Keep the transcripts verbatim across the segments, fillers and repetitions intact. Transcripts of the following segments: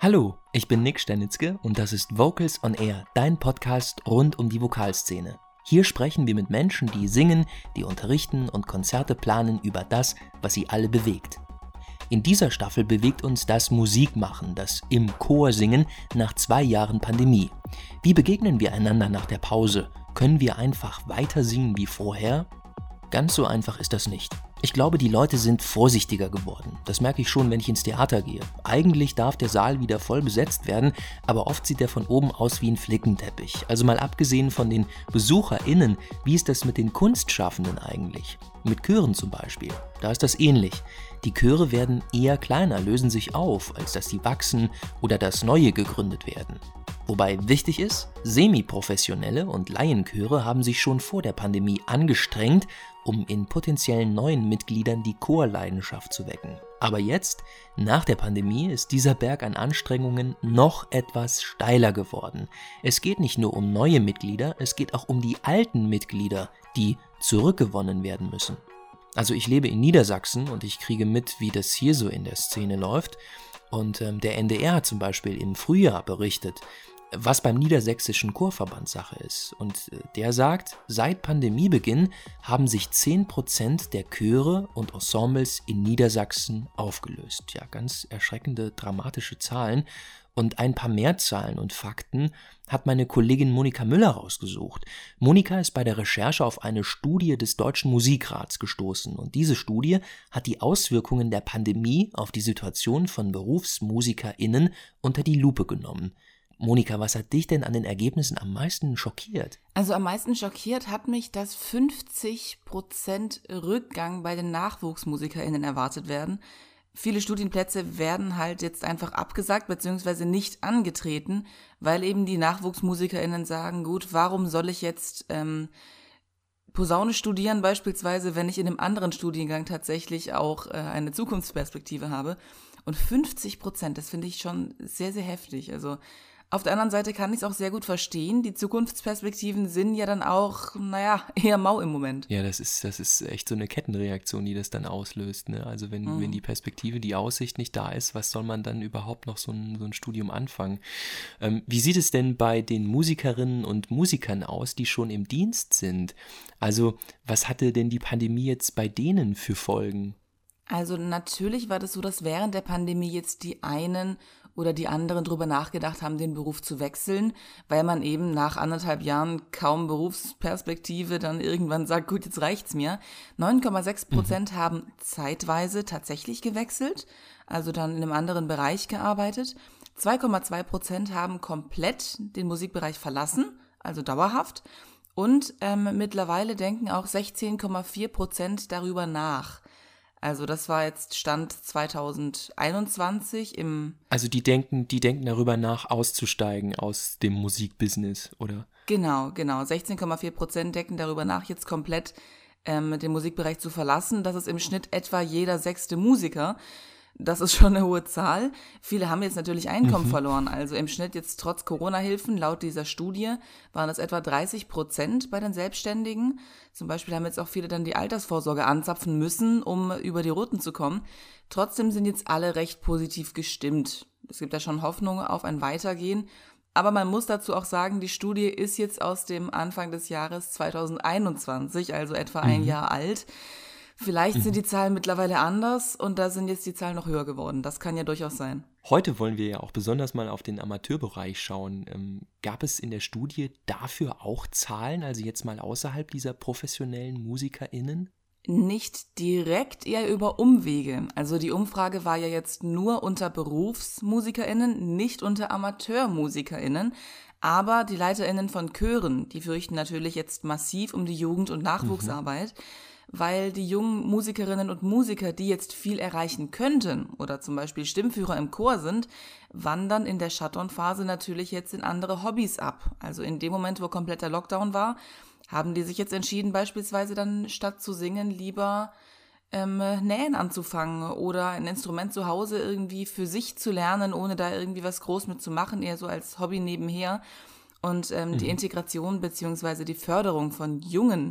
Hallo, ich bin Nick Sternitzke und das ist Vocals on Air, dein Podcast rund um die Vokalszene. Hier sprechen wir mit Menschen, die singen, die unterrichten und Konzerte planen über das, was sie alle bewegt. In dieser Staffel bewegt uns das Musikmachen, das im Chor singen nach zwei Jahren Pandemie. Wie begegnen wir einander nach der Pause? Können wir einfach weiter singen wie vorher? Ganz so einfach ist das nicht. Ich glaube, die Leute sind vorsichtiger geworden. Das merke ich schon, wenn ich ins Theater gehe. Eigentlich darf der Saal wieder voll besetzt werden, aber oft sieht er von oben aus wie ein Flickenteppich. Also mal abgesehen von den BesucherInnen, wie ist das mit den Kunstschaffenden eigentlich? Mit Chören zum Beispiel. Da ist das ähnlich. Die Chöre werden eher kleiner, lösen sich auf, als dass sie wachsen oder dass neue gegründet werden. Wobei wichtig ist, semi-professionelle und Laienchöre haben sich schon vor der Pandemie angestrengt, um in potenziellen neuen Mitgliedern die Chorleidenschaft zu wecken. Aber jetzt, nach der Pandemie, ist dieser Berg an Anstrengungen noch etwas steiler geworden. Es geht nicht nur um neue Mitglieder, es geht auch um die alten Mitglieder, die zurückgewonnen werden müssen. Also ich lebe in Niedersachsen und ich kriege mit, wie das hier so in der Szene läuft. Und ähm, der N D R hat zum Beispiel im Frühjahr berichtet, was beim Niedersächsischen Chorverband Sache ist. Und äh, der sagt, seit Pandemiebeginn haben sich zehn Prozent der Chöre und Ensembles in Niedersachsen aufgelöst. Ja, ganz erschreckende, dramatische Zahlen. Und ein paar mehr Zahlen und Fakten hat meine Kollegin Monika Müller rausgesucht. Monika ist bei der Recherche auf eine Studie des Deutschen Musikrats gestoßen und diese Studie hat die Auswirkungen der Pandemie auf die Situation von BerufsmusikerInnen unter die Lupe genommen. Monika, was hat dich denn an den Ergebnissen am meisten schockiert? Also am meisten schockiert hat mich, dass fünfzig Prozent Rückgang bei den NachwuchsmusikerInnen erwartet werden. Viele Studienplätze werden halt jetzt einfach abgesagt bzw. nicht angetreten, weil eben die NachwuchsmusikerInnen sagen, gut, warum soll ich jetzt ähm, Posaune studieren beispielsweise, wenn ich in einem anderen Studiengang tatsächlich auch äh, eine Zukunftsperspektive habe. Und fünfzig Prozent, das finde ich schon sehr, sehr heftig. Also auf der anderen Seite kann ich es auch sehr gut verstehen. Die Zukunftsperspektiven sind ja dann auch, naja, eher mau im Moment. Ja, das ist, das ist echt so eine Kettenreaktion, die das dann auslöst. Ne? Also wenn, mhm. wenn die Perspektive, die Aussicht nicht da ist, was soll man dann überhaupt noch so ein, so ein Studium anfangen? Ähm, wie sieht es denn bei den Musikerinnen und Musikern aus, die schon im Dienst sind? Also was hatte denn die Pandemie jetzt bei denen für Folgen? Also natürlich war das so, dass während der Pandemie jetzt die einen oder die anderen drüber nachgedacht haben, den Beruf zu wechseln, weil man eben nach anderthalb Jahren kaum Berufsperspektive dann irgendwann sagt, gut, jetzt reicht's mir. neun Komma sechs Prozent mhm. haben zeitweise tatsächlich gewechselt, also dann in einem anderen Bereich gearbeitet. zwei Komma zwei Prozent haben komplett den Musikbereich verlassen, also dauerhaft. Und ähm, mittlerweile denken auch sechzehn Komma vier Prozent darüber nach. Also das war jetzt Stand zwanzig einundzwanzig im... Also die denken, die denken darüber nach, auszusteigen aus dem Musikbusiness, oder? Genau, genau. sechzehn Komma vier Prozent denken darüber nach, jetzt komplett ähm, den Musikbereich zu verlassen. Das ist im Schnitt etwa jeder sechste Musiker. Das ist schon eine hohe Zahl. Viele haben jetzt natürlich Einkommen mhm. verloren. Also im Schnitt jetzt trotz Corona-Hilfen, laut dieser Studie, waren das etwa dreißig Prozent bei den Selbstständigen. Zum Beispiel haben jetzt auch viele dann die Altersvorsorge anzapfen müssen, um über die Runden zu kommen. Trotzdem sind jetzt alle recht positiv gestimmt. Es gibt ja schon Hoffnung auf ein Weitergehen. Aber man muss dazu auch sagen, die Studie ist jetzt aus dem Anfang des Jahres zwanzig einundzwanzig, also etwa mhm. ein Jahr alt. Vielleicht sind die Zahlen mittlerweile anders und da sind jetzt die Zahlen noch höher geworden. Das kann ja durchaus sein. Heute wollen wir ja auch besonders mal auf den Amateurbereich schauen. Ähm, gab es in der Studie dafür auch Zahlen, also jetzt mal außerhalb dieser professionellen MusikerInnen? Nicht direkt, eher über Umwege. Also die Umfrage war ja jetzt nur unter BerufsmusikerInnen, nicht unter AmateurmusikerInnen. Aber die LeiterInnen von Chören, die fürchten natürlich jetzt massiv um die Jugend- und Nachwuchsarbeit. Mhm. Weil die jungen Musikerinnen und Musiker, die jetzt viel erreichen könnten oder zum Beispiel Stimmführer im Chor sind, wandern in der Shutdown-Phase natürlich jetzt in andere Hobbys ab. Also in dem Moment, wo kompletter Lockdown war, haben die sich jetzt entschieden, beispielsweise dann statt zu singen lieber ähm, Nähen anzufangen oder ein Instrument zu Hause irgendwie für sich zu lernen, ohne da irgendwie was groß mitzumachen, eher so als Hobby nebenher. Und ähm, mhm. die Integration bzw. die Förderung von jungen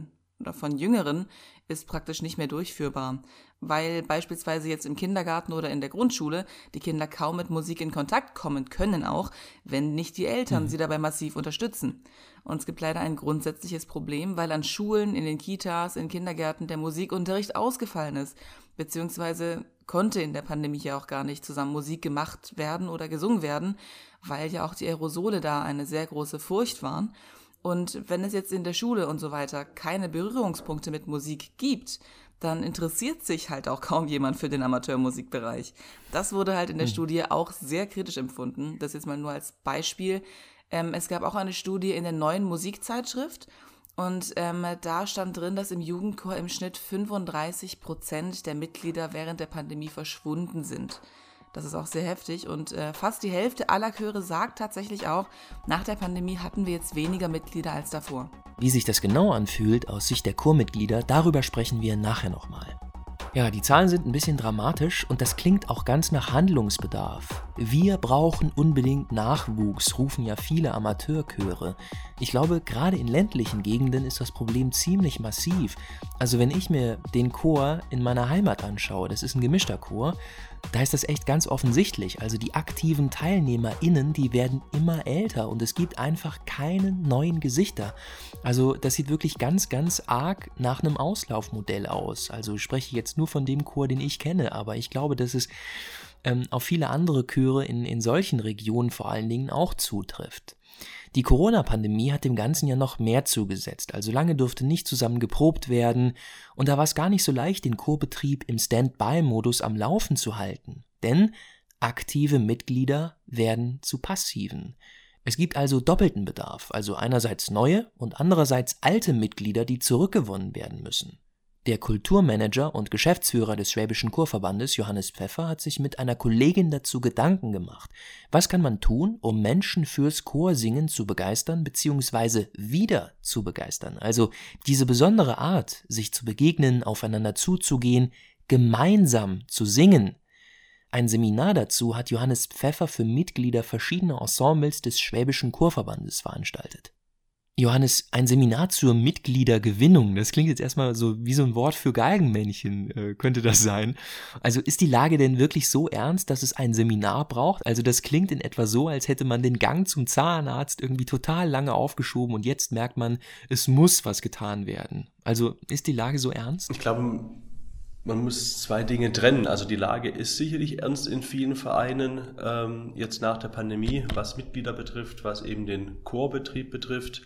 oder von Jüngeren ist praktisch nicht mehr durchführbar, weil beispielsweise jetzt im Kindergarten oder in der Grundschule die Kinder kaum mit Musik in Kontakt kommen können, auch wenn nicht die Eltern mhm. sie dabei massiv unterstützen. Und es gibt leider ein grundsätzliches Problem, weil an Schulen, in den Kitas, in Kindergärten der Musikunterricht ausgefallen ist, beziehungsweise konnte in der Pandemie ja auch gar nicht zusammen Musik gemacht werden oder gesungen werden, weil ja auch die Aerosole da eine sehr große Furcht waren. Und wenn es jetzt in der Schule und so weiter keine Berührungspunkte mit Musik gibt, dann interessiert sich halt auch kaum jemand für den Amateurmusikbereich. Das wurde halt in der mhm. Studie auch sehr kritisch empfunden. Das jetzt mal nur als Beispiel. Ähm, es gab auch eine Studie in der Neuen Musikzeitschrift und ähm, da stand drin, dass im Jugendchor im Schnitt fünfunddreißig Prozent der Mitglieder während der Pandemie verschwunden sind. Das ist auch sehr heftig und äh, fast die Hälfte aller Chöre sagt tatsächlich auch, nach der Pandemie hatten wir jetzt weniger Mitglieder als davor. Wie sich das genau anfühlt aus Sicht der Chormitglieder, darüber sprechen wir nachher nochmal. Ja, die Zahlen sind ein bisschen dramatisch und das klingt auch ganz nach Handlungsbedarf. Wir brauchen unbedingt Nachwuchs, rufen ja viele Amateurchöre. Ich glaube, gerade in ländlichen Gegenden ist das Problem ziemlich massiv. Also wenn ich mir den Chor in meiner Heimat anschaue, das ist ein gemischter Chor, da ist das echt ganz offensichtlich. Also die aktiven TeilnehmerInnen, die werden immer älter und es gibt einfach keine neuen Gesichter. Also das sieht wirklich ganz, ganz arg nach einem Auslaufmodell aus. Also ich spreche jetzt nur von dem Chor, den ich kenne, aber ich glaube, dass es ähm, auf viele andere Chöre in, in solchen Regionen vor allen Dingen auch zutrifft. Die Corona-Pandemie hat dem Ganzen ja noch mehr zugesetzt, also lange durfte nicht zusammen geprobt werden und da war es gar nicht so leicht, den Chorbetrieb im Stand-by-Modus am Laufen zu halten, denn aktive Mitglieder werden zu passiven. Es gibt also doppelten Bedarf, also einerseits neue und andererseits alte Mitglieder, die zurückgewonnen werden müssen. Der Kulturmanager und Geschäftsführer des Schwäbischen Chorverbandes, Johannes Pfeffer, hat sich mit einer Kollegin dazu Gedanken gemacht. Was kann man tun, um Menschen fürs Chorsingen zu begeistern bzw. wieder zu begeistern? Also diese besondere Art, sich zu begegnen, aufeinander zuzugehen, gemeinsam zu singen. Ein Seminar dazu hat Johannes Pfeffer für Mitglieder verschiedener Ensembles des Schwäbischen Chorverbandes veranstaltet. Johannes, ein Seminar zur Mitgliedergewinnung, das klingt jetzt erstmal so wie so ein Wort für Geigenmännchen, äh, könnte das sein. Also ist die Lage denn wirklich so ernst, dass es ein Seminar braucht? Also das klingt in etwa so, als hätte man den Gang zum Zahnarzt irgendwie total lange aufgeschoben und jetzt merkt man, es muss was getan werden. Also ist die Lage so ernst? Ich glaube, man muss zwei Dinge trennen. Also die Lage ist sicherlich ernst in vielen Vereinen, ähm, jetzt nach der Pandemie, was Mitglieder betrifft, was eben den Chorbetrieb betrifft.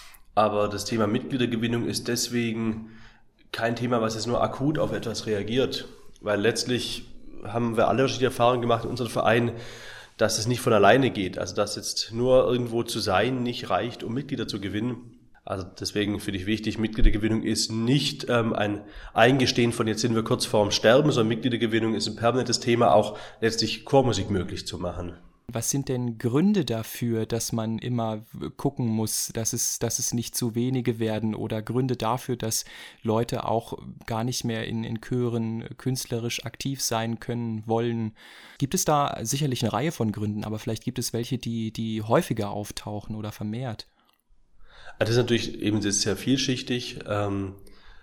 Aber das Thema Mitgliedergewinnung ist deswegen kein Thema, was jetzt nur akut auf etwas reagiert. Weil letztlich haben wir alle verschiedene Erfahrungen gemacht in unserem Verein, dass es nicht von alleine geht. Also dass jetzt nur irgendwo zu sein nicht reicht, um Mitglieder zu gewinnen. Also deswegen finde ich wichtig, Mitgliedergewinnung ist nicht ähm, ein Eingestehen von jetzt sind wir kurz vorm Sterben, sondern Mitgliedergewinnung ist ein permanentes Thema, auch letztlich Chormusik möglich zu machen. Was sind denn Gründe dafür, dass man immer gucken muss, dass es, dass es nicht zu wenige werden oder Gründe dafür, dass Leute auch gar nicht mehr in, in Chören künstlerisch aktiv sein können, wollen? Gibt es da sicherlich eine Reihe von Gründen, aber vielleicht gibt es welche, die, die häufiger auftauchen oder vermehrt? Das ist natürlich eben sehr vielschichtig. Ähm,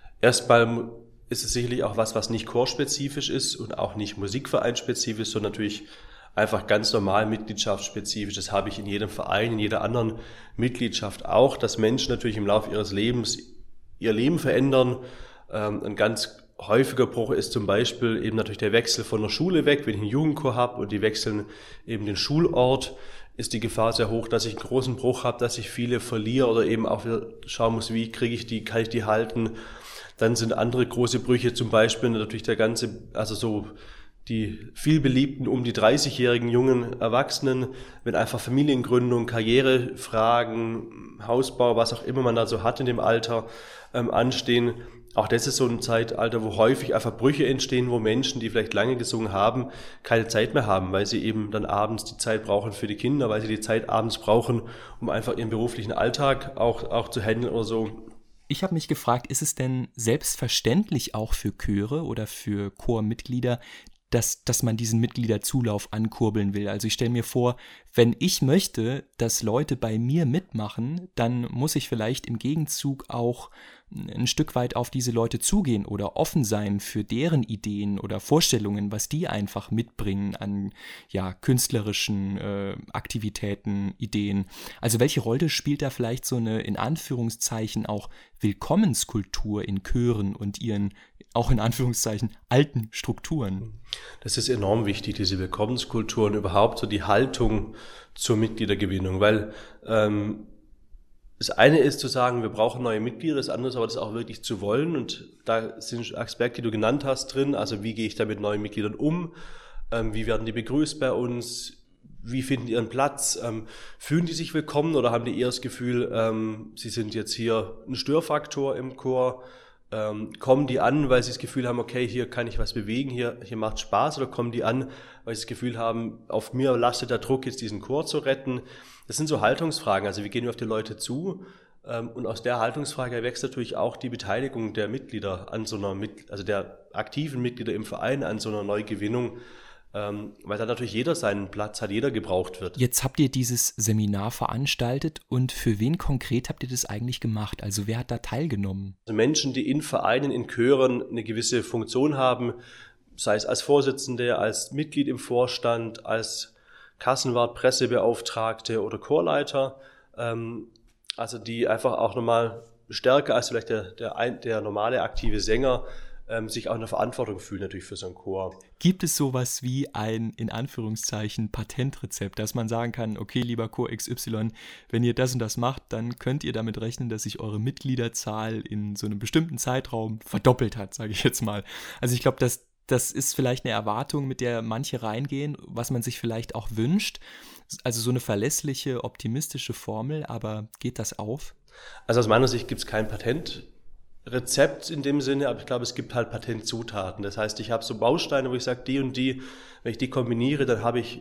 erstmal ist es sicherlich auch was, was nicht chorspezifisch ist und auch nicht musikvereinsspezifisch, sondern natürlich einfach ganz normal mitgliedschaftsspezifisch. Das habe ich in jedem Verein, in jeder anderen Mitgliedschaft auch, dass Menschen natürlich im Laufe ihres Lebens ihr Leben verändern. Ähm, ein ganz häufiger Bruch ist zum Beispiel eben natürlich der Wechsel von der Schule weg. Wenn ich einen Jugendchor habe und die wechseln eben den Schulort, ist die Gefahr sehr hoch, dass ich einen großen Bruch habe, dass ich viele verliere oder eben auch wieder schauen muss, wie kriege ich die, kann ich die halten. Dann sind andere große Brüche, zum Beispiel natürlich der ganze, also so die viel beliebten um die dreißigjährigen jungen Erwachsenen, wenn einfach Familiengründung, Karrierefragen, Hausbau, was auch immer man da so hat in dem Alter, ähm, anstehen. Auch das ist so ein Zeitalter, wo häufig einfach Brüche entstehen, wo Menschen, die vielleicht lange gesungen haben, keine Zeit mehr haben, weil sie eben dann abends die Zeit brauchen für die Kinder, weil sie die Zeit abends brauchen, um einfach ihren beruflichen Alltag auch, auch zu handeln oder so. Ich habe mich gefragt, ist es denn selbstverständlich auch für Chöre oder für Chormitglieder, dass, dass man diesen Mitgliederzulauf ankurbeln will. Also ich stelle mir vor, wenn ich möchte, dass Leute bei mir mitmachen, dann muss ich vielleicht im Gegenzug auch ein Stück weit auf diese Leute zugehen oder offen sein für deren Ideen oder Vorstellungen, was die einfach mitbringen an ja, künstlerischen äh, Aktivitäten, Ideen. Also welche Rolle spielt da vielleicht so eine in Anführungszeichen auch Willkommenskultur in Chören und ihren auch in Anführungszeichen alten Strukturen? Das ist enorm wichtig, diese Willkommenskultur und überhaupt so die Haltung zur Mitgliedergewinnung, weil ähm, das eine ist zu sagen, wir brauchen neue Mitglieder, das andere ist aber, das auch wirklich zu wollen. Und da sind Aspekte, die du genannt hast, drin. Also wie gehe ich da mit neuen Mitgliedern um? Ähm, wie werden die begrüßt bei uns? Wie finden die ihren Platz? Ähm, fühlen die sich willkommen oder haben die eher das Gefühl, ähm, sie sind jetzt hier ein Störfaktor im Chor? Ähm, kommen die an, weil sie das Gefühl haben, okay, hier kann ich was bewegen, hier, hier macht Spaß? Oder kommen die an, weil sie das Gefühl haben, auf mir lastet der Druck, jetzt diesen Chor zu retten? Das sind so Haltungsfragen, also wie gehen wir auf die Leute zu? Und aus der Haltungsfrage erwächst natürlich auch die Beteiligung der Mitglieder an so einer, also der aktiven Mitglieder im Verein an so einer Neugewinnung, weil da natürlich jeder seinen Platz hat, jeder gebraucht wird. Jetzt habt ihr dieses Seminar veranstaltet und für wen konkret habt ihr das eigentlich gemacht? Also wer hat da teilgenommen? Also Menschen, die in Vereinen, in Chören eine gewisse Funktion haben, sei es als Vorsitzende, als Mitglied im Vorstand, als Kassenwart, Pressebeauftragte oder Chorleiter, ähm, also die einfach auch nochmal stärker als vielleicht der, der, der normale aktive Sänger ähm, sich auch in der Verantwortung fühlen natürlich für so einen Chor. Gibt es sowas wie ein, in Anführungszeichen, Patentrezept, dass man sagen kann, okay, lieber Chor X Y, wenn ihr das und das macht, dann könnt ihr damit rechnen, dass sich eure Mitgliederzahl in so einem bestimmten Zeitraum verdoppelt hat, sage ich jetzt mal. Also ich glaube, dass Das ist vielleicht eine Erwartung, mit der manche reingehen, was man sich vielleicht auch wünscht. Also so eine verlässliche, optimistische Formel, aber geht das auf? Also aus meiner Sicht gibt es kein Patentrezept in dem Sinne, aber ich glaube, es gibt halt Patentzutaten. Das heißt, ich habe so Bausteine, wo ich sage, die und die, wenn ich die kombiniere, dann habe ich,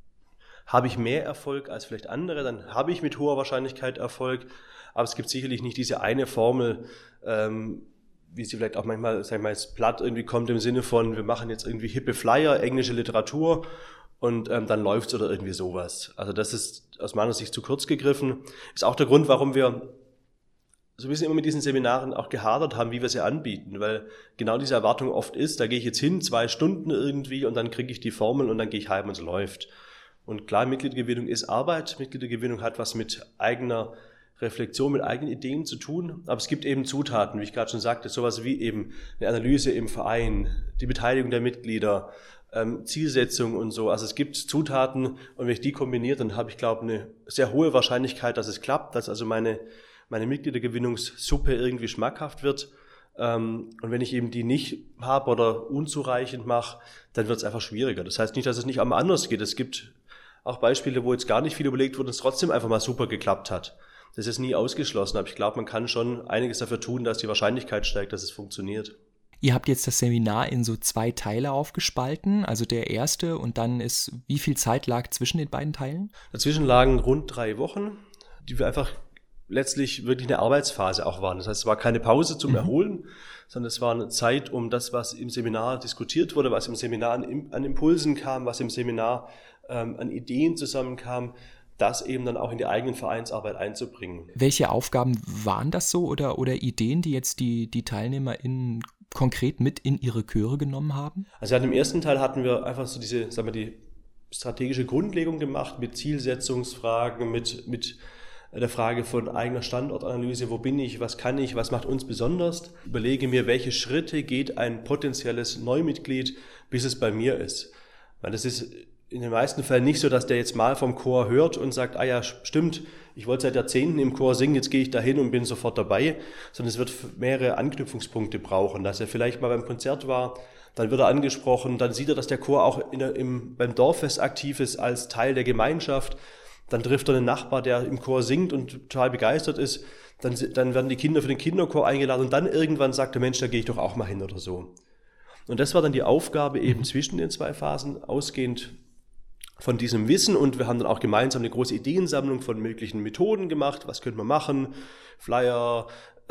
habe ich mehr Erfolg als vielleicht andere, dann habe ich mit hoher Wahrscheinlichkeit Erfolg. Aber es gibt sicherlich nicht diese eine Formel, ähm, wie sie vielleicht auch manchmal, sag ich mal, als platt irgendwie kommt im Sinne von, wir machen jetzt irgendwie hippe Flyer, englische Literatur und ähm, dann läuft's oder irgendwie sowas. Also das ist aus meiner Sicht zu kurz gegriffen. Ist auch der Grund, warum wir so ein bisschen immer mit diesen Seminaren auch gehadert haben, wie wir sie anbieten, weil genau diese Erwartung oft ist, da gehe ich jetzt hin, zwei Stunden irgendwie und dann kriege ich die Formel und dann gehe ich heim und es läuft. Und klar, Mitgliedergewinnung ist Arbeit, Mitgliedergewinnung hat was mit eigener Reflexion, mit eigenen Ideen zu tun, aber es gibt eben Zutaten, wie ich gerade schon sagte, sowas wie eben eine Analyse im Verein, die Beteiligung der Mitglieder, ähm, Zielsetzung und so. Also es gibt Zutaten und wenn ich die kombiniere, dann habe ich, glaube ich, eine sehr hohe Wahrscheinlichkeit, dass es klappt, dass also meine, meine Mitgliedergewinnungssuppe irgendwie schmackhaft wird. Ähm, und wenn ich eben die nicht habe oder unzureichend mache, dann wird es einfach schwieriger. Das heißt nicht, dass es nicht einmal anders geht. Es gibt auch Beispiele, wo jetzt gar nicht viel überlegt wurde und es trotzdem einfach mal super geklappt hat. Das ist nie ausgeschlossen, aber ich glaube, man kann schon einiges dafür tun, dass die Wahrscheinlichkeit steigt, dass es funktioniert. Ihr habt jetzt das Seminar in so zwei Teile aufgespalten, also der erste und dann ist, wie viel Zeit lag zwischen den beiden Teilen? Dazwischen lagen rund drei Wochen, die wir einfach letztlich wirklich eine Arbeitsphase auch waren. Das heißt, es war keine Pause zum mhm. Erholen, sondern es war eine Zeit, um das, was im Seminar diskutiert wurde, was im Seminar an, an Impulsen kam, was im Seminar ähm, an Ideen zusammenkam, das eben dann auch in die eigenen Vereinsarbeit einzubringen. Welche Aufgaben waren das so oder, oder Ideen, die jetzt die, die TeilnehmerInnen konkret mit in ihre Chöre genommen haben? Also im ersten Teil hatten wir einfach so diese, sagen wir, die strategische Grundlegung gemacht mit Zielsetzungsfragen, mit, mit der Frage von eigener Standortanalyse, wo bin ich, was kann ich, was macht uns besonders. Überlege mir, welche Schritte geht ein potenzielles Neumitglied, bis es bei mir ist. Weil das ist in den meisten Fällen nicht so, dass der jetzt mal vom Chor hört und sagt, ah ja, stimmt, ich wollte seit Jahrzehnten im Chor singen, jetzt gehe ich da hin und bin sofort dabei, sondern es wird mehrere Anknüpfungspunkte brauchen, dass er vielleicht mal beim Konzert war, dann wird er angesprochen, dann sieht er, dass der Chor auch in der, im, beim Dorffest aktiv ist als Teil der Gemeinschaft, dann trifft er einen Nachbar, der im Chor singt und total begeistert ist, dann, dann werden die Kinder für den Kinderchor eingeladen und dann irgendwann sagt der Mensch, da gehe ich doch auch mal hin oder so. Und das war dann die Aufgabe eben zwischen den zwei Phasen, ausgehend von diesem Wissen, und wir haben dann auch gemeinsam eine große Ideensammlung von möglichen Methoden gemacht. Was könnte man machen? Flyer,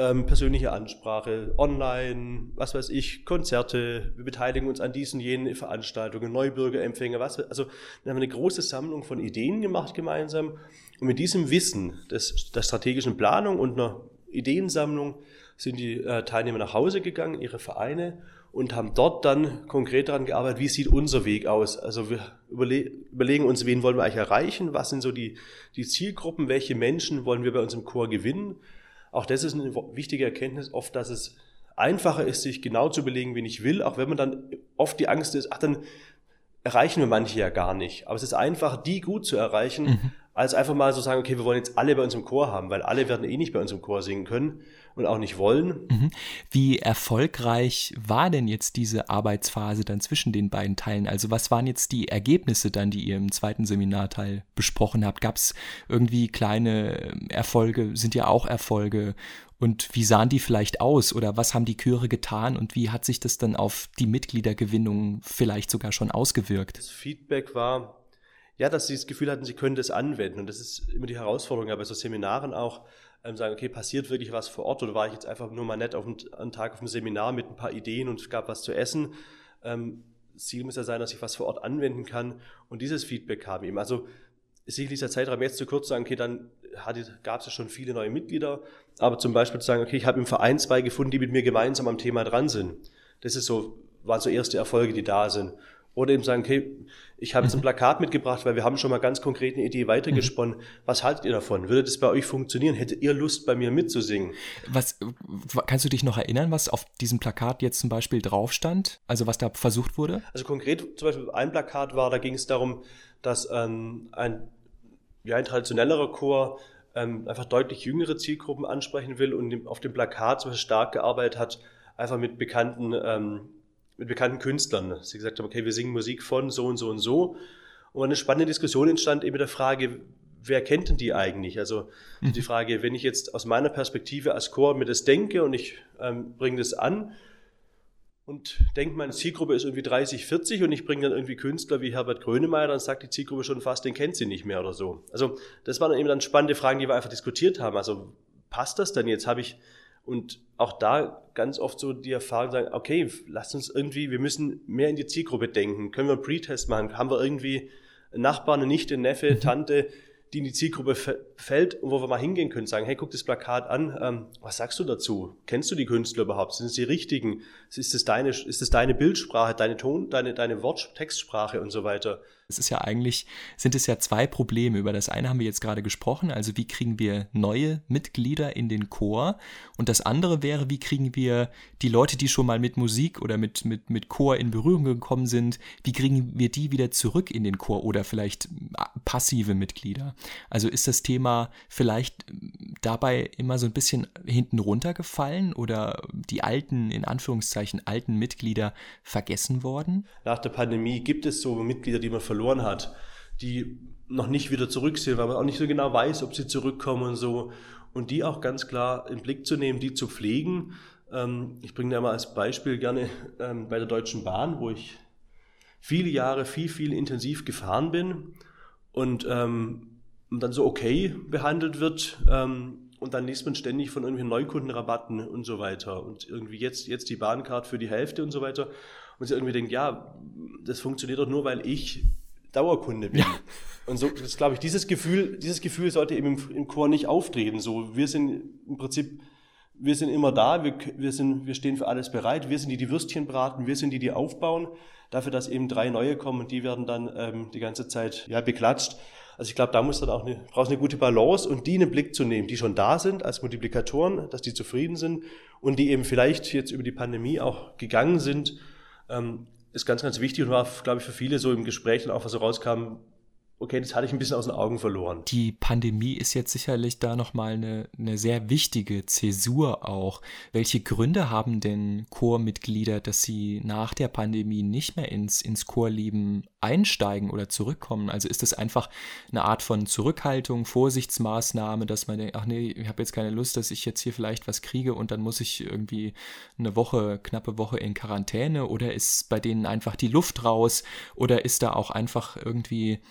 ähm, persönliche Ansprache, online, was weiß ich, Konzerte, wir beteiligen uns an diesen, jenen Veranstaltungen, Neubürgerempfänge, was, also wir haben eine große Sammlung von Ideen gemacht gemeinsam und mit diesem Wissen des, der strategischen Planung und einer Ideensammlung sind die äh, Teilnehmer nach Hause gegangen, ihre Vereine, und haben dort dann konkret daran gearbeitet, wie sieht unser Weg aus. Also wir überle- überlegen uns, wen wollen wir eigentlich erreichen, was sind so die, die Zielgruppen, welche Menschen wollen wir bei uns im Chor gewinnen. Auch das ist eine wichtige Erkenntnis, oft, dass es einfacher ist, sich genau zu überlegen, wen ich will, auch wenn man dann oft die Angst ist, ach, dann erreichen wir manche ja gar nicht. Aber es ist einfacher, die gut zu erreichen, mhm. als einfach mal so sagen, okay, wir wollen jetzt alle bei uns im Chor haben, weil alle werden eh nicht bei uns im Chor singen können und auch nicht wollen. Mhm. Wie erfolgreich war denn jetzt diese Arbeitsphase dann zwischen den beiden Teilen? Also was waren jetzt die Ergebnisse dann, die ihr im zweiten Seminarteil besprochen habt? Gab es irgendwie kleine Erfolge, sind ja auch Erfolge? Und wie sahen die vielleicht aus oder was haben die Chöre getan und wie hat sich das dann auf die Mitgliedergewinnung vielleicht sogar schon ausgewirkt? Das Feedback war, ja, dass sie das Gefühl hatten, sie können das anwenden. Und das ist immer die Herausforderung, ja, bei so Seminaren auch, ähm, sagen, okay, passiert wirklich was vor Ort oder war ich jetzt einfach nur mal nett auf einen, einen Tag auf einem Seminar mit ein paar Ideen und es gab was zu essen. Ähm, das Ziel muss ja sein, dass ich was vor Ort anwenden kann und dieses Feedback kam eben. Also ist sicherlich der Zeitraum jetzt zu kurz zu sagen, okay, dann gab es ja schon viele neue Mitglieder, aber zum Beispiel zu sagen, okay, ich habe im Verein zwei gefunden, die mit mir gemeinsam am Thema dran sind. Das ist so, waren so erste Erfolge, die da sind. Oder eben sagen, okay, ich habe jetzt ein Plakat mitgebracht, weil wir haben schon mal ganz konkret eine Idee weitergesponnen. Was haltet ihr davon? Würde das bei euch funktionieren? Hättet ihr Lust, bei mir mitzusingen? Was, kannst du dich noch erinnern, was auf diesem Plakat jetzt zum Beispiel drauf stand? Also was da versucht wurde? Also konkret zum Beispiel ein Plakat war, da ging es darum, dass ähm, ein, ja, ein traditionellerer Chor ähm, einfach deutlich jüngere Zielgruppen ansprechen will und auf dem Plakat zum Beispiel stark gearbeitet hat, einfach mit bekannten ähm, mit bekannten Künstlern. Sie gesagt haben, okay, wir singen Musik von so und so und so. Und eine spannende Diskussion entstand eben mit der Frage, wer kennt denn die eigentlich? Also mhm. die Frage, wenn ich jetzt aus meiner Perspektive als Chor mir das denke und ich ähm, bringe das an und denke, meine Zielgruppe ist irgendwie dreißig, vierzig und ich bringe dann irgendwie Künstler wie Herbert Grönemeyer, dann sagt die Zielgruppe schon fast, den kennt sie nicht mehr oder so. Also das waren eben dann spannende Fragen, die wir einfach diskutiert haben. Also passt das denn jetzt? Habe ich Und auch da ganz oft so die Erfahrung sagen, okay, lasst uns irgendwie, wir müssen mehr in die Zielgruppe denken. Können wir einen Pre-Test machen? Haben wir irgendwie einen Nachbarn, eine Nichte, eine Neffe, Tante, die in die Zielgruppe fällt und wo wir mal hingehen können, sagen, hey, guck das Plakat an, ähm, was sagst du dazu? Kennst du die Künstler überhaupt? Sind es die richtigen? Ist das deine, ist das deine Bildsprache, deine Ton, deine, deine Wort-, Textsprache und so weiter? Es ist ja eigentlich, sind es ja zwei Probleme. Über das eine haben wir jetzt gerade gesprochen, also wie kriegen wir neue Mitglieder in den Chor? Und das andere wäre, wie kriegen wir die Leute, die schon mal mit Musik oder mit, mit, mit Chor in Berührung gekommen sind, wie kriegen wir die wieder zurück in den Chor oder vielleicht passive Mitglieder? Also ist das Thema vielleicht dabei immer so ein bisschen hinten runtergefallen oder die alten, in Anführungszeichen, alten Mitglieder vergessen worden? Nach der Pandemie gibt es so Mitglieder, die man verloren hat, die noch nicht wieder zurück sind, weil man auch nicht so genau weiß, ob sie zurückkommen und so. Und die auch ganz klar in den Blick zu nehmen, die zu pflegen. Ich bringe da mal als Beispiel gerne bei der Deutschen Bahn, wo ich viele Jahre viel, viel intensiv gefahren bin und dann so okay behandelt wird. Und dann liest man ständig von irgendwelchen Neukundenrabatten und so weiter. Und irgendwie jetzt, jetzt die Bahncard für die Hälfte und so weiter. Und sie irgendwie denkt, ja, das funktioniert doch nur, weil ich Dauerkunde bin. Ja. Und so, das glaube ich, dieses Gefühl, dieses Gefühl sollte eben im, im Chor nicht auftreten. So, wir sind im Prinzip, wir sind immer da, wir, wir sind, wir stehen für alles bereit, wir sind die, die Würstchen braten, wir sind die, die aufbauen. Dafür, dass eben drei neue kommen und die werden dann ähm, die ganze Zeit, ja, beklatscht. Also ich glaube, da muss dann auch eine, brauchst eine gute Balance und die in den Blick zu nehmen, die schon da sind als Multiplikatoren, dass die zufrieden sind und die eben vielleicht jetzt über die Pandemie auch gegangen sind, ähm, ist ganz, ganz wichtig und war, glaube ich, für viele so im Gespräch dann auch, was so rauskam, okay, das hatte ich ein bisschen aus den Augen verloren. Die Pandemie ist jetzt sicherlich da nochmal eine, eine sehr wichtige Zäsur auch. Welche Gründe haben denn Chormitglieder, dass sie nach der Pandemie nicht mehr ins, ins Chorleben einsteigen oder zurückkommen? Also ist das einfach eine Art von Zurückhaltung, Vorsichtsmaßnahme, dass man denkt, ach nee, ich habe jetzt keine Lust, dass ich jetzt hier vielleicht was kriege und dann muss ich irgendwie eine Woche, knappe Woche in Quarantäne, oder ist bei denen einfach die Luft raus oder ist da auch einfach irgendwie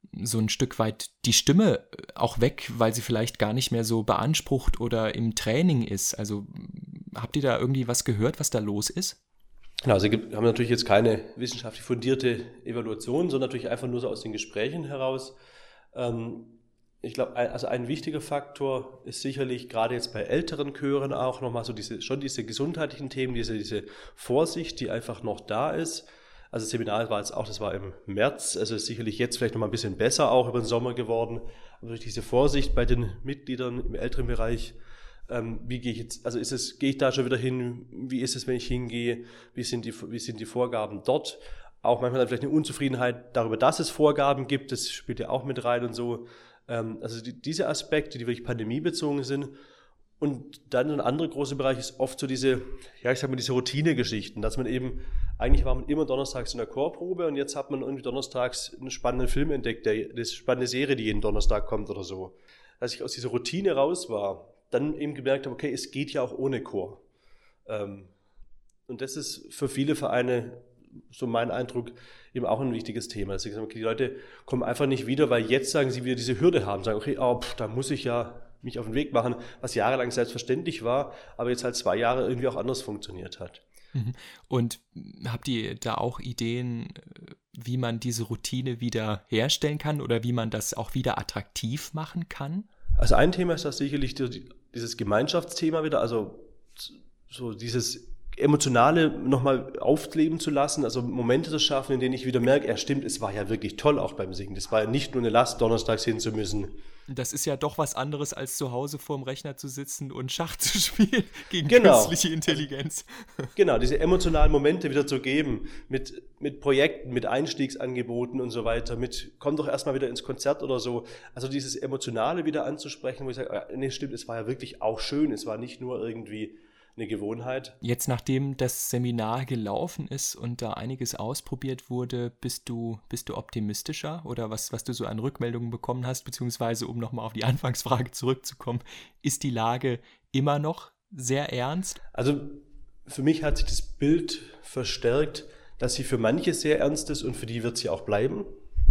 so ein Stück weit die Stimme auch weg, weil sie vielleicht gar nicht mehr so beansprucht oder im Training ist. Also habt ihr da irgendwie was gehört, was da los ist? Genau, also wir haben natürlich jetzt keine wissenschaftlich fundierte Evaluation, sondern natürlich einfach nur so aus den Gesprächen heraus. Ähm, ich glaube, also ein wichtiger Faktor ist sicherlich gerade jetzt bei älteren Chören auch nochmal so diese, schon diese gesundheitlichen Themen, diese, diese Vorsicht, die einfach noch da ist. Also das Seminar war jetzt auch, das war im März, also ist sicherlich jetzt vielleicht nochmal ein bisschen besser auch über den Sommer geworden. Aber durch diese Vorsicht bei den Mitgliedern im älteren Bereich, ähm, wie gehe ich jetzt, also ist es, gehe ich da schon wieder hin, wie ist es, wenn ich hingehe, wie sind die, wie sind die Vorgaben dort? Auch manchmal dann vielleicht eine Unzufriedenheit darüber, dass es Vorgaben gibt, das spielt ja auch mit rein und so. Ähm, also die, diese Aspekte, die wirklich pandemiebezogen sind. Und dann ein anderer großer Bereich ist oft so diese, ja ich sag mal, diese Routine-Geschichten, dass man eben, eigentlich war man immer donnerstags in der Chorprobe und jetzt hat man irgendwie donnerstags einen spannenden Film entdeckt, der, eine spannende Serie, die jeden Donnerstag kommt oder so. Als ich aus dieser Routine raus war, dann eben gemerkt habe, okay, es geht ja auch ohne Chor. Ähm, und das ist für viele Vereine, so mein Eindruck, eben auch ein wichtiges Thema. Dass sie gesagt haben, okay, die Leute kommen einfach nicht wieder, weil jetzt sagen sie wieder diese Hürde haben, sagen, okay, oh, pff, da muss ich ja mich auf den Weg machen, was jahrelang selbstverständlich war, aber jetzt halt zwei Jahre irgendwie auch anders funktioniert hat. Und habt ihr da auch Ideen, wie man diese Routine wieder herstellen kann oder wie man das auch wieder attraktiv machen kann? Also ein Thema ist das sicherlich dieses Gemeinschaftsthema wieder, also so dieses Emotionale nochmal aufleben zu lassen, also Momente zu schaffen, in denen ich wieder merke, ja stimmt, es war ja wirklich toll auch beim Singen. Das war ja nicht nur eine Last, donnerstags hin zu müssen. Das ist ja doch was anderes, als zu Hause vorm Rechner zu sitzen und Schach zu spielen gegen genau. künstliche Intelligenz. Genau, diese emotionalen Momente wieder zu geben, mit, mit Projekten, mit Einstiegsangeboten und so weiter, mit komm doch erstmal wieder ins Konzert oder so. Also dieses Emotionale wieder anzusprechen, wo ich sage, nee, stimmt, es war ja wirklich auch schön, es war nicht nur irgendwie eine Gewohnheit. Jetzt, nachdem das Seminar gelaufen ist und da einiges ausprobiert wurde, bist du, bist du optimistischer oder was, was du so an Rückmeldungen bekommen hast, beziehungsweise um nochmal auf die Anfangsfrage zurückzukommen, ist die Lage immer noch sehr ernst? Also für mich hat sich das Bild verstärkt, dass sie für manche sehr ernst ist und für die wird sie auch bleiben.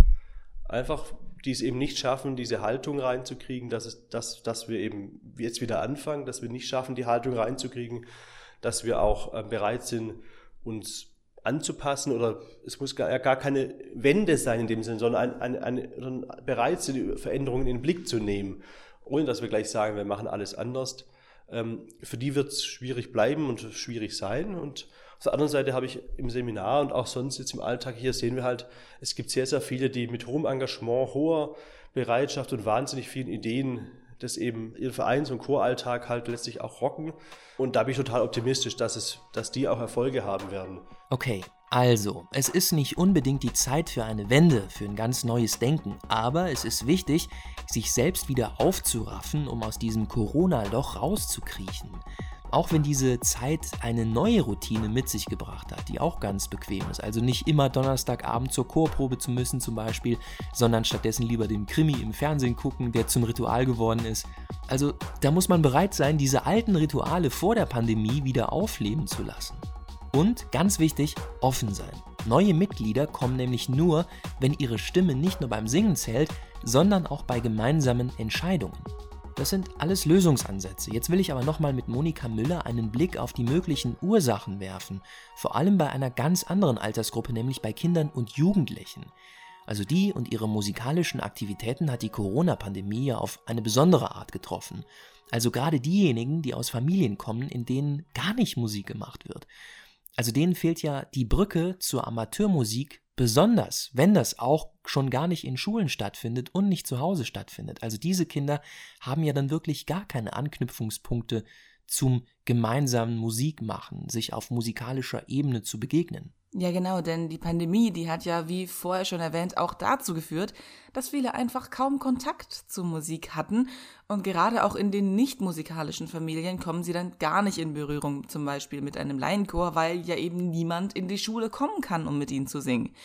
Einfach die es eben nicht schaffen, diese Haltung reinzukriegen, dass, es, dass, dass wir eben jetzt wieder anfangen, dass wir nicht schaffen, die Haltung reinzukriegen, dass wir auch äh, bereit sind, uns anzupassen oder es muss gar, gar keine Wende sein in dem Sinne, sondern ein, ein, ein, bereit sind, die Veränderungen in den Blick zu nehmen, ohne dass wir gleich sagen, wir machen alles anders. Ähm, für die wird es schwierig bleiben und schwierig sein und auf der anderen Seite habe ich im Seminar und auch sonst jetzt im Alltag hier sehen wir halt, es gibt sehr, sehr viele, die mit hohem Engagement, hoher Bereitschaft und wahnsinnig vielen Ideen das eben ihren Vereins- und Choralltag halt letztlich auch rocken. Und da bin ich total optimistisch, dass es, dass die auch Erfolge haben werden. Okay, also, es ist nicht unbedingt die Zeit für eine Wende, für ein ganz neues Denken, aber es ist wichtig, sich selbst wieder aufzuraffen, um aus diesem Corona-Loch rauszukriechen. Auch wenn diese Zeit eine neue Routine mit sich gebracht hat, die auch ganz bequem ist. Also nicht immer Donnerstagabend zur Chorprobe zu müssen zum Beispiel, sondern stattdessen lieber den Krimi im Fernsehen gucken, der zum Ritual geworden ist. Also da muss man bereit sein, diese alten Rituale vor der Pandemie wieder aufleben zu lassen. Und, ganz wichtig, offen sein. Neue Mitglieder kommen nämlich nur, wenn ihre Stimme nicht nur beim Singen zählt, sondern auch bei gemeinsamen Entscheidungen. Das sind alles Lösungsansätze. Jetzt will ich aber nochmal mit Monika Müller einen Blick auf die möglichen Ursachen werfen. Vor allem bei einer ganz anderen Altersgruppe, nämlich bei Kindern und Jugendlichen. Also die und ihre musikalischen Aktivitäten hat die Corona-Pandemie ja auf eine besondere Art getroffen. Also gerade diejenigen, die aus Familien kommen, in denen gar nicht Musik gemacht wird. Also denen fehlt ja die Brücke zur Amateurmusik, besonders wenn das auch schon gar nicht in Schulen stattfindet und nicht zu Hause stattfindet. Also diese Kinder haben ja dann wirklich gar keine Anknüpfungspunkte zum gemeinsamen Musikmachen, sich auf musikalischer Ebene zu begegnen. Ja genau, denn die Pandemie, die hat ja, wie vorher schon erwähnt, auch dazu geführt, dass viele einfach kaum Kontakt zur Musik hatten und gerade auch in den nicht musikalischen Familien kommen sie dann gar nicht in Berührung, zum Beispiel mit einem Laienchor, weil ja eben niemand in die Schule kommen kann, um mit ihnen zu singen.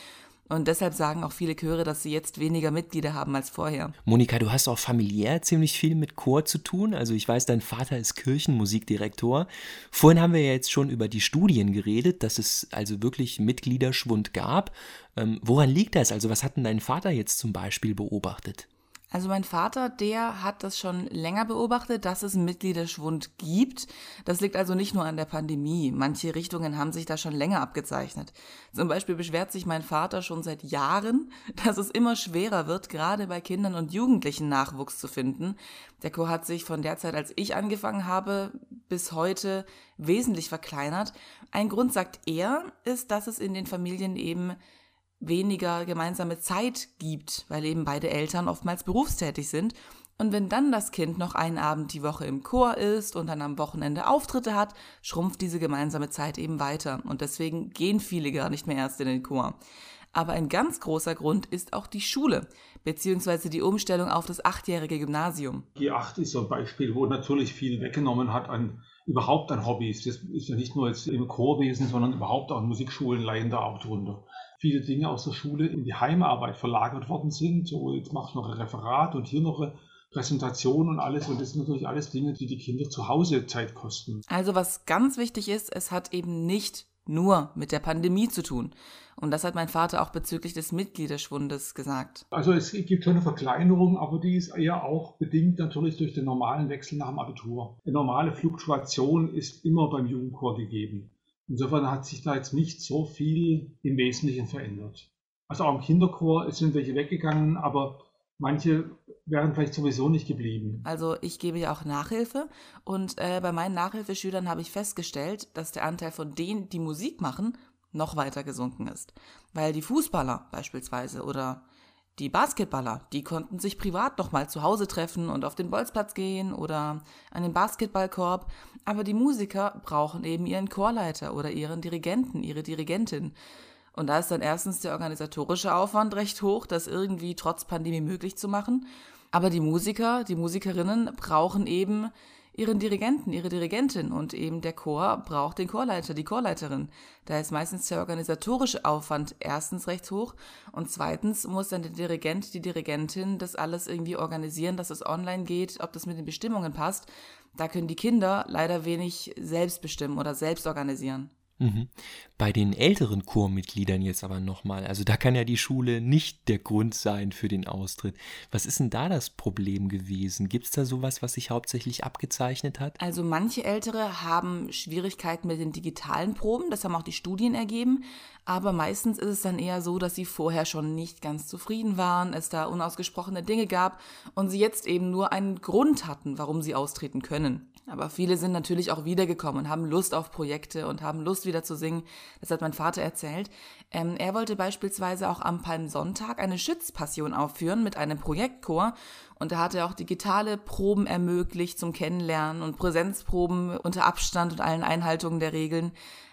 Und deshalb sagen auch viele Chöre, dass sie jetzt weniger Mitglieder haben als vorher. Monika, du hast auch familiär ziemlich viel mit Chor zu tun. Also ich weiß, dein Vater ist Kirchenmusikdirektor. Vorhin haben wir ja jetzt schon über die Studien geredet, dass es also wirklich Mitgliederschwund gab. Ähm, woran liegt das? Also was hat denn dein Vater jetzt zum Beispiel beobachtet? Also mein Vater, der hat das schon länger beobachtet, dass es einen Mitgliederschwund gibt. Das liegt also nicht nur an der Pandemie. Manche Richtungen haben sich da schon länger abgezeichnet. Zum Beispiel beschwert sich mein Vater schon seit Jahren, dass es immer schwerer wird, gerade bei Kindern und Jugendlichen Nachwuchs zu finden. Der Chor hat sich von der Zeit, als ich angefangen habe, bis heute wesentlich verkleinert. Ein Grund, sagt er, ist, dass es in den Familien eben weniger gemeinsame Zeit gibt, weil eben beide Eltern oftmals berufstätig sind. Und wenn dann das Kind noch einen Abend die Woche im Chor ist und dann am Wochenende Auftritte hat, schrumpft diese gemeinsame Zeit eben weiter. Und deswegen gehen viele gar nicht mehr erst in den Chor. Aber ein ganz großer Grund ist auch die Schule, beziehungsweise die Umstellung auf das achtjährige Gymnasium. G acht ist so ein Beispiel, wo natürlich viel weggenommen hat an überhaupt an Hobbys. Das ist ja nicht nur jetzt im Chorwesen, sondern überhaupt auch in Musikschulen leiden da auch drunter. Viele Dinge aus der Schule in die Heimarbeit verlagert worden sind. So, jetzt machst du noch ein Referat und hier noch eine Präsentation und alles. Und das sind natürlich alles Dinge, die die Kinder zu Hause Zeit kosten. Also was ganz wichtig ist, es hat eben nicht nur mit der Pandemie zu tun. Und das hat mein Vater auch bezüglich des Mitgliederschwundes gesagt. Also es gibt schon eine Verkleinerung, aber die ist eher auch bedingt natürlich durch den normalen Wechsel nach dem Abitur. Eine normale Fluktuation ist immer beim Jugendchor gegeben. Insofern hat sich da jetzt nicht so viel im Wesentlichen verändert. Also auch im Kinderchor sind welche weggegangen, aber manche wären vielleicht sowieso nicht geblieben. Also ich gebe ja auch Nachhilfe und äh, bei meinen Nachhilfeschülern habe ich festgestellt, dass der Anteil von denen, die Musik machen, noch weiter gesunken ist. Weil die Fußballer beispielsweise oder die Basketballer, die konnten sich privat noch mal zu Hause treffen und auf den Bolzplatz gehen oder an den Basketballkorb. Aber die Musiker brauchen eben ihren Chorleiter oder ihren Dirigenten, ihre Dirigentin. Und da ist dann erstens der organisatorische Aufwand recht hoch, das irgendwie trotz Pandemie möglich zu machen. Aber die Musiker, die Musikerinnen brauchen eben ihren Dirigenten, ihre Dirigentin und eben der Chor braucht den Chorleiter, die Chorleiterin. Da ist meistens der organisatorische Aufwand erstens recht hoch und zweitens muss dann der Dirigent, die Dirigentin das alles irgendwie organisieren, dass es online geht, ob das mit den Bestimmungen passt. Da können die Kinder leider wenig selbst bestimmen oder selbst organisieren. Mhm. Bei den älteren Chormitgliedern jetzt aber nochmal, also da kann ja die Schule nicht der Grund sein für den Austritt. Was ist denn da das Problem gewesen? Gibt es da sowas, was sich hauptsächlich abgezeichnet hat? Also manche Ältere haben Schwierigkeiten mit den digitalen Proben, das haben auch die Studien ergeben, aber meistens ist es dann eher so, dass sie vorher schon nicht ganz zufrieden waren, es da unausgesprochene Dinge gab und sie jetzt eben nur einen Grund hatten, warum sie austreten können. Aber viele sind natürlich auch wiedergekommen und haben Lust auf Projekte und haben Lust wieder zu singen. Das hat mein Vater erzählt. Ähm, er wollte beispielsweise auch am Palmsonntag eine Schützpassion aufführen mit einem Projektchor. Und da hat er auch digitale Proben ermöglicht zum Kennenlernen und Präsenzproben unter Abstand und allen Einhaltungen der Regeln.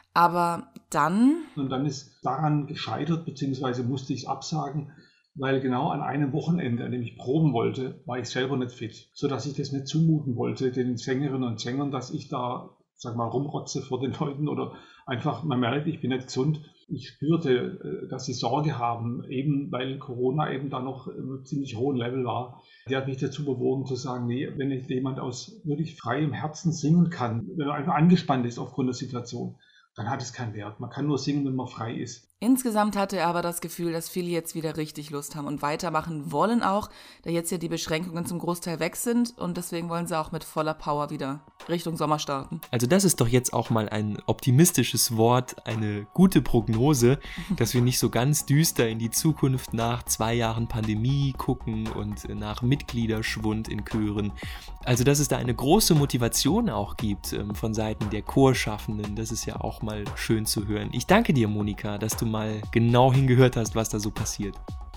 Aber dann... Und dann ist daran gescheitert, beziehungsweise musste ich es absagen, weil genau an einem Wochenende, an dem ich proben wollte, war ich selber nicht fit, sodass ich das nicht zumuten wollte, den Sängerinnen und Sängern, dass ich da, sag mal, rumrotze vor den Leuten oder einfach, man merkt, ich bin nicht gesund. Ich spürte, dass sie Sorge haben, eben weil Corona eben da noch im ziemlich hohen Level war. Die hat mich dazu bewogen zu sagen, nee, wenn nicht jemand aus wirklich freiem Herzen singen kann, wenn er einfach angespannt ist aufgrund der Situation, dann hat es keinen Wert. Man kann nur singen, wenn man frei ist. Insgesamt hatte er aber das Gefühl, dass viele jetzt wieder richtig Lust haben und weitermachen wollen auch, da jetzt ja die Beschränkungen zum Großteil weg sind und deswegen wollen sie auch mit voller Power wieder Richtung Sommer starten. Also das ist doch jetzt auch mal ein optimistisches Wort, eine gute Prognose, dass wir nicht so ganz düster in die Zukunft nach zwei Jahren Pandemie gucken und nach Mitgliederschwund in Chören. Also dass es da eine große Motivation auch gibt ähm, von Seiten der Chorschaffenden, das ist ja auch mal schön zu hören. Ich danke dir, Monika, dass du mal genau hingehört hast, was da so passiert.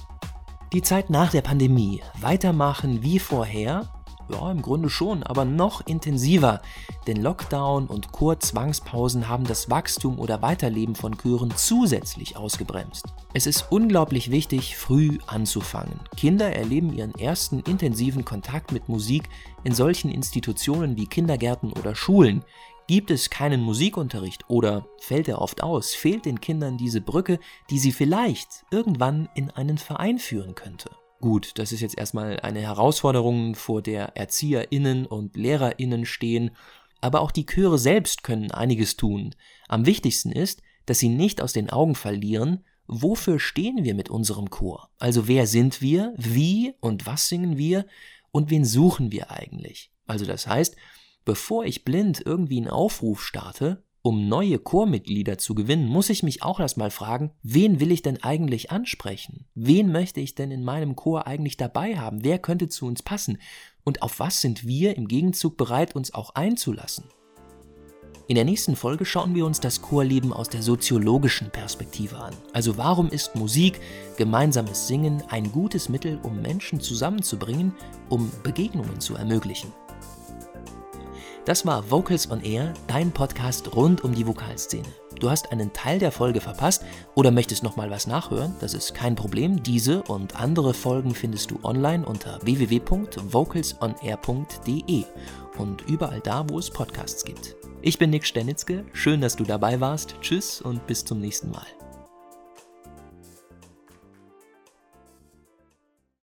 Die Zeit nach der Pandemie. Weitermachen wie vorher? Ja, im Grunde schon, aber noch intensiver. Denn Lockdown und Chorzwangspausen haben das Wachstum oder Weiterleben von Chören zusätzlich ausgebremst. Es ist unglaublich wichtig, früh anzufangen. Kinder erleben ihren ersten intensiven Kontakt mit Musik in solchen Institutionen wie Kindergärten oder Schulen. Gibt es keinen Musikunterricht oder fällt er oft aus, fehlt den Kindern diese Brücke, die sie vielleicht irgendwann in einen Verein führen könnte. Gut, das ist jetzt erstmal eine Herausforderung, vor der ErzieherInnen und LehrerInnen stehen, aber auch die Chöre selbst können einiges tun. Am wichtigsten ist, dass sie nicht aus den Augen verlieren, wofür stehen wir mit unserem Chor? Also wer sind wir, wie und was singen wir und wen suchen wir eigentlich? Also das heißt, bevor ich blind irgendwie einen Aufruf starte, um neue Chormitglieder zu gewinnen, muss ich mich auch erstmal fragen, wen will ich denn eigentlich ansprechen? Wen möchte ich denn in meinem Chor eigentlich dabei haben? Wer könnte zu uns passen? Und auf was sind wir im Gegenzug bereit, uns auch einzulassen? In der nächsten Folge schauen wir uns das Chorleben aus der soziologischen Perspektive an. Also warum ist Musik, gemeinsames Singen ein gutes Mittel, um Menschen zusammenzubringen, um Begegnungen zu ermöglichen? Das war Vocals on Air, dein Podcast rund um die Vokalszene. Du hast einen Teil der Folge verpasst oder möchtest nochmal was nachhören? Das ist kein Problem. Diese und andere Folgen findest du online unter w w w punkt vocals on air punkt d e und überall da, wo es Podcasts gibt. Ich bin Nick Sternitzke, schön, dass du dabei warst. Tschüss und bis zum nächsten Mal.